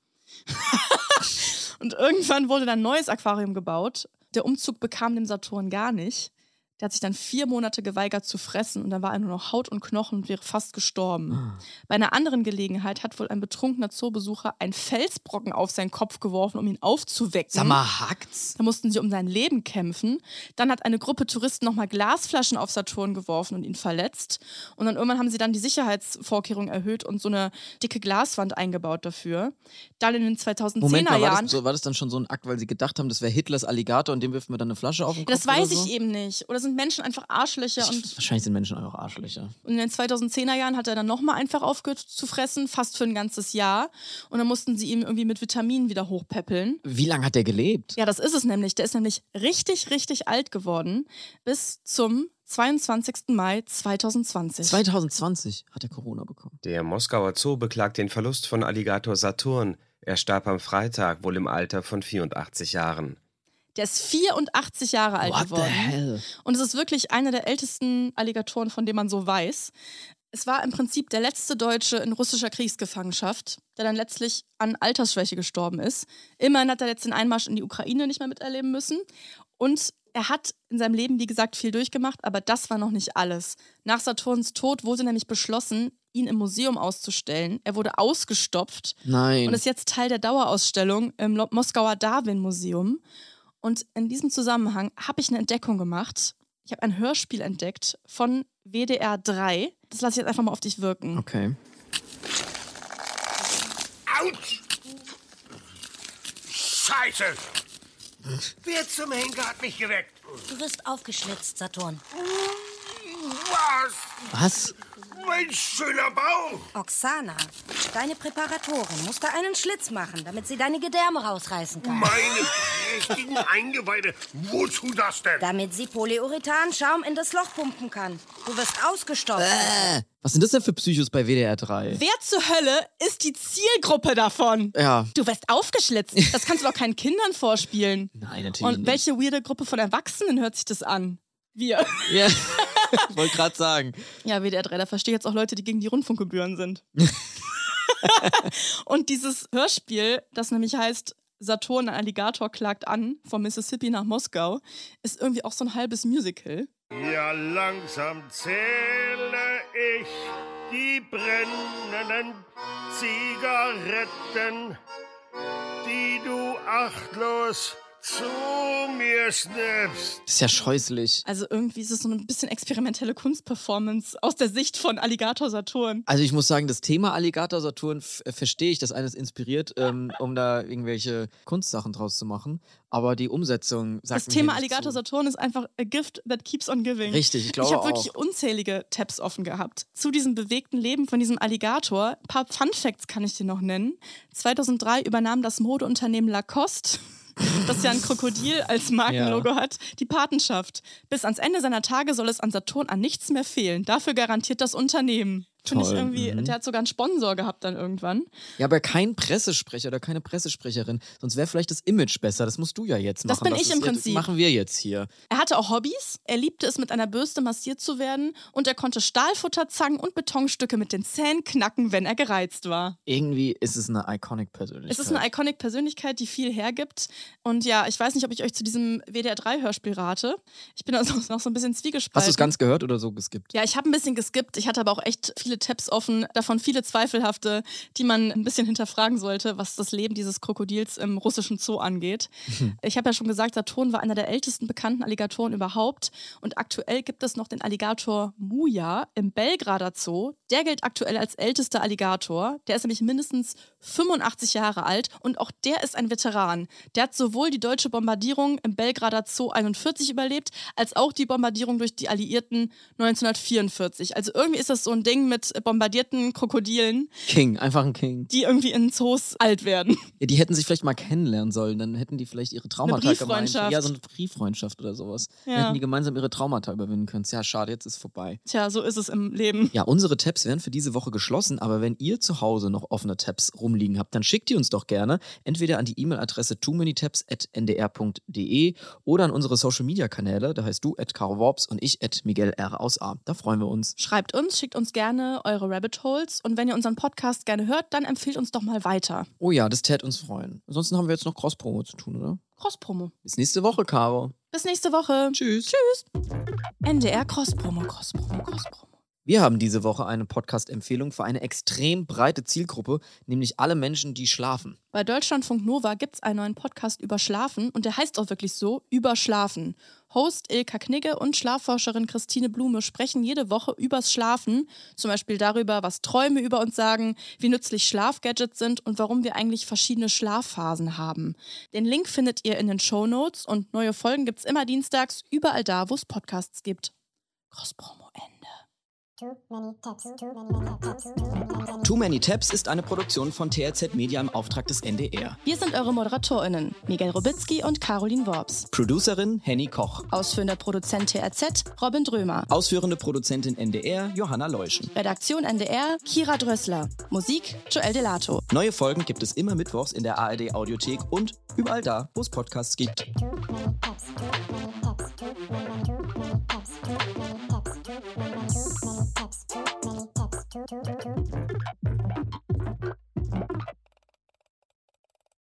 Und irgendwann wurde dann ein neues Aquarium gebaut. Der Umzug bekam dem Saturn gar nicht. Der hat sich dann 4 Monate geweigert zu fressen und dann war er nur noch Haut und Knochen und wäre fast gestorben. Bei einer anderen Gelegenheit hat wohl ein betrunkener Zoobesucher einen Felsbrocken auf seinen Kopf geworfen, um ihn aufzuwecken. Sag mal, hackt's? Da mussten sie um sein Leben kämpfen. Dann hat eine Gruppe Touristen nochmal Glasflaschen auf Saturn geworfen und ihn verletzt. Und dann irgendwann haben sie dann die Sicherheitsvorkehrungen erhöht und so eine dicke Glaswand eingebaut dafür. Dann in den 2010er Moment mal, Jahren. war das dann schon so ein Akt, weil sie gedacht haben, das wäre Hitlers Alligator und dem wirft man dann eine Flasche auf den Kopf Das weiß oder so? ich eben nicht. Oder sind sind Menschen einfach Arschlöcher. Wahrscheinlich sind Menschen einfach Arschlöcher. Und in den 2010er Jahren hat er dann nochmal einfach aufgehört zu fressen, fast für ein ganzes Jahr. Und dann mussten sie ihm irgendwie mit Vitaminen wieder hochpäppeln. Wie lange hat der gelebt? Ja, das ist es nämlich. Der ist nämlich richtig, richtig alt geworden. Bis zum 22. Mai 2020. 2020 hat er Corona bekommen. Der Moskauer Zoo beklagt den Verlust von Alligator Saturn. Er starb am Freitag, wohl im Alter von 84 Jahren. Der ist 84 Jahre alt What geworden. the hell? Und es ist wirklich einer der ältesten Alligatoren, von dem man so weiß. Es war im Prinzip der letzte Deutsche in russischer Kriegsgefangenschaft, der dann letztlich an Altersschwäche gestorben ist. Immerhin hat er jetzt den Einmarsch in die Ukraine nicht mehr miterleben müssen. Und er hat in seinem Leben, wie gesagt, viel durchgemacht, aber das war noch nicht alles. Nach Saturns Tod wurde nämlich beschlossen, ihn im Museum auszustellen. Er wurde ausgestopft Nein. und ist jetzt Teil der Dauerausstellung im Moskauer Darwin-Museum. Und in diesem Zusammenhang habe ich eine Entdeckung gemacht. Ich habe ein Hörspiel entdeckt von WDR 3. Das lasse ich jetzt einfach mal auf dich wirken. Okay. Autsch! Scheiße! Wer zum Henker hat mich geweckt? Du wirst aufgeschlitzt, Saturn. Was? Mein schöner Bauch! Oksana, deine Präparatorin muss da einen Schlitz machen, damit sie deine Gedärme rausreißen kann. Meine prächtigen Eingeweide! Wozu das denn? Damit sie Polyurethan-Schaum in das Loch pumpen kann. Du wirst ausgestopft. Was sind das denn für Psychos bei WDR 3? Wer zur Hölle ist die Zielgruppe davon? Ja. Du wirst aufgeschlitzt. Das kannst du doch keinen Kindern vorspielen. Nein, natürlich Und welche weirde Gruppe von Erwachsenen hört sich das an? Wir. Ja, ich wollte gerade sagen. Ja, WDR 3, da verstehe ich jetzt auch Leute, die gegen die Rundfunkgebühren sind. Und dieses Hörspiel, das nämlich heißt Saturn, ein Alligator klagt an, von Mississippi nach Moskau, ist irgendwie auch so ein halbes Musical. Ja, langsam zähle ich die brennenden Zigaretten, die du achtlos zu mir schnippst. Das ist ja scheußlich. Also irgendwie ist es so ein bisschen experimentelle Kunstperformance aus der Sicht von Alligator Saturn. Also ich muss sagen, das Thema Alligator Saturn verstehe ich, dass eines inspiriert, um da irgendwelche Kunstsachen draus zu machen. Aber die Umsetzung sagt Das mir Thema nicht Alligator zu. Saturn ist einfach a gift that keeps on giving. Richtig, ich glaube Ich habe auch. wirklich unzählige Tabs offen gehabt. Zu diesem bewegten Leben von diesem Alligator. Ein paar Fun Facts kann ich dir noch nennen. 2003 übernahm das Modeunternehmen Lacoste, das ja ein Krokodil als Markenlogo hat, die Patenschaft. Bis ans Ende seiner Tage soll es an Saturn an nichts mehr fehlen. Dafür garantiert das Unternehmen. Finde ich Toll. irgendwie, der hat sogar einen Sponsor gehabt dann irgendwann. Ja, aber kein Pressesprecher oder keine Pressesprecherin. Sonst wäre vielleicht das Image besser. Das musst du ja jetzt machen. Das bin ich im ist Prinzip. Das machen wir jetzt hier. Er hatte auch Hobbys. Er liebte es, mit einer Bürste massiert zu werden. Und er konnte Stahlfutterzangen und Betonstücke mit den Zähnen knacken, wenn er gereizt war. Irgendwie ist es eine Iconic-Persönlichkeit. Es ist eine Iconic-Persönlichkeit, die viel hergibt. Und ja, ich weiß nicht, ob ich euch zu diesem WDR-3-Hörspiel rate. Ich bin also noch so ein bisschen zwiegespalten. Hast du es ganz gehört oder so geskippt? Ja, ich habe ein bisschen geskippt. Ich hatte aber auch echt viele Tabs offen, davon viele zweifelhafte, die man ein bisschen hinterfragen sollte, was das Leben dieses Krokodils im russischen Zoo angeht. Ich habe ja schon gesagt, Saturn war einer der ältesten bekannten Alligatoren überhaupt. Und aktuell gibt es noch den Alligator Muja im Belgrader Zoo. Der gilt aktuell als ältester Alligator. Der ist nämlich mindestens 85 Jahre alt und auch der ist ein Veteran. Der hat sowohl die deutsche Bombardierung im Belgrader Zoo 41 überlebt, als auch die Bombardierung durch die Alliierten 1944. Also irgendwie ist das so ein Ding mit bombardierten Krokodilen, King, einfach ein King. die irgendwie in Zoos alt werden. Ja, die hätten sich vielleicht mal kennenlernen sollen, dann hätten die vielleicht ihre Traumata Brieffreundschaft. gemeinsam. Ja, so eine Brieffreundschaft oder sowas. Ja. Dann hätten die gemeinsam ihre Traumata überwinden können. Ja, schade, jetzt ist vorbei. Tja, so ist es im Leben. Ja, unsere Tabs werden für diese Woche geschlossen, aber wenn ihr zu Hause noch offene Tabs rumliegen habt, dann schickt die uns doch gerne entweder an die E-Mail-Adresse toomanytabs@ndr.de oder an unsere Social-Media-Kanäle, da heißt du @CaroWorps und ich @Miguel R. aus A. Da freuen wir uns. Schreibt uns, schickt uns gerne eure Rabbit Holes und wenn ihr unseren Podcast gerne hört, dann empfehlt uns doch mal weiter. Oh ja, das tät uns freuen. Ansonsten haben wir jetzt noch Cross-Promo zu tun, oder? Cross-Promo. Bis nächste Woche, Caro. Bis nächste Woche. Tschüss. Tschüss. NDR Cross-Promo, Cross-Promo, Cross-Promo. Wir haben diese Woche eine Podcast-Empfehlung für eine extrem breite Zielgruppe, nämlich alle Menschen, die schlafen. Bei Deutschlandfunk Nova gibt es einen neuen Podcast über Schlafen und der heißt auch wirklich so, über Schlafen. Host Ilka Knigge und Schlafforscherin Christine Blume sprechen jede Woche übers Schlafen, zum Beispiel darüber, was Träume über uns sagen, wie nützlich Schlafgadgets sind und warum wir eigentlich verschiedene Schlafphasen haben. Den Link findet ihr in den Shownotes und neue Folgen gibt es immer dienstags, überall da, wo es Podcasts gibt. Cross-Promo Ende. Too Many Tabs ist eine Produktion von TRZ Media im Auftrag des NDR. Wir sind eure ModeratorInnen, Miguel Robitzky und Caroline Worps. Producerin Henny Koch. Ausführender Produzent TRZ, Robin Drömer. Ausführende Produzentin NDR, Johanna Leuschen. Redaktion NDR, Kira Drössler. Musik, Joel Delato. Neue Folgen gibt es immer mittwochs in der ARD Audiothek und überall da, wo es Podcasts gibt. Too many tabs.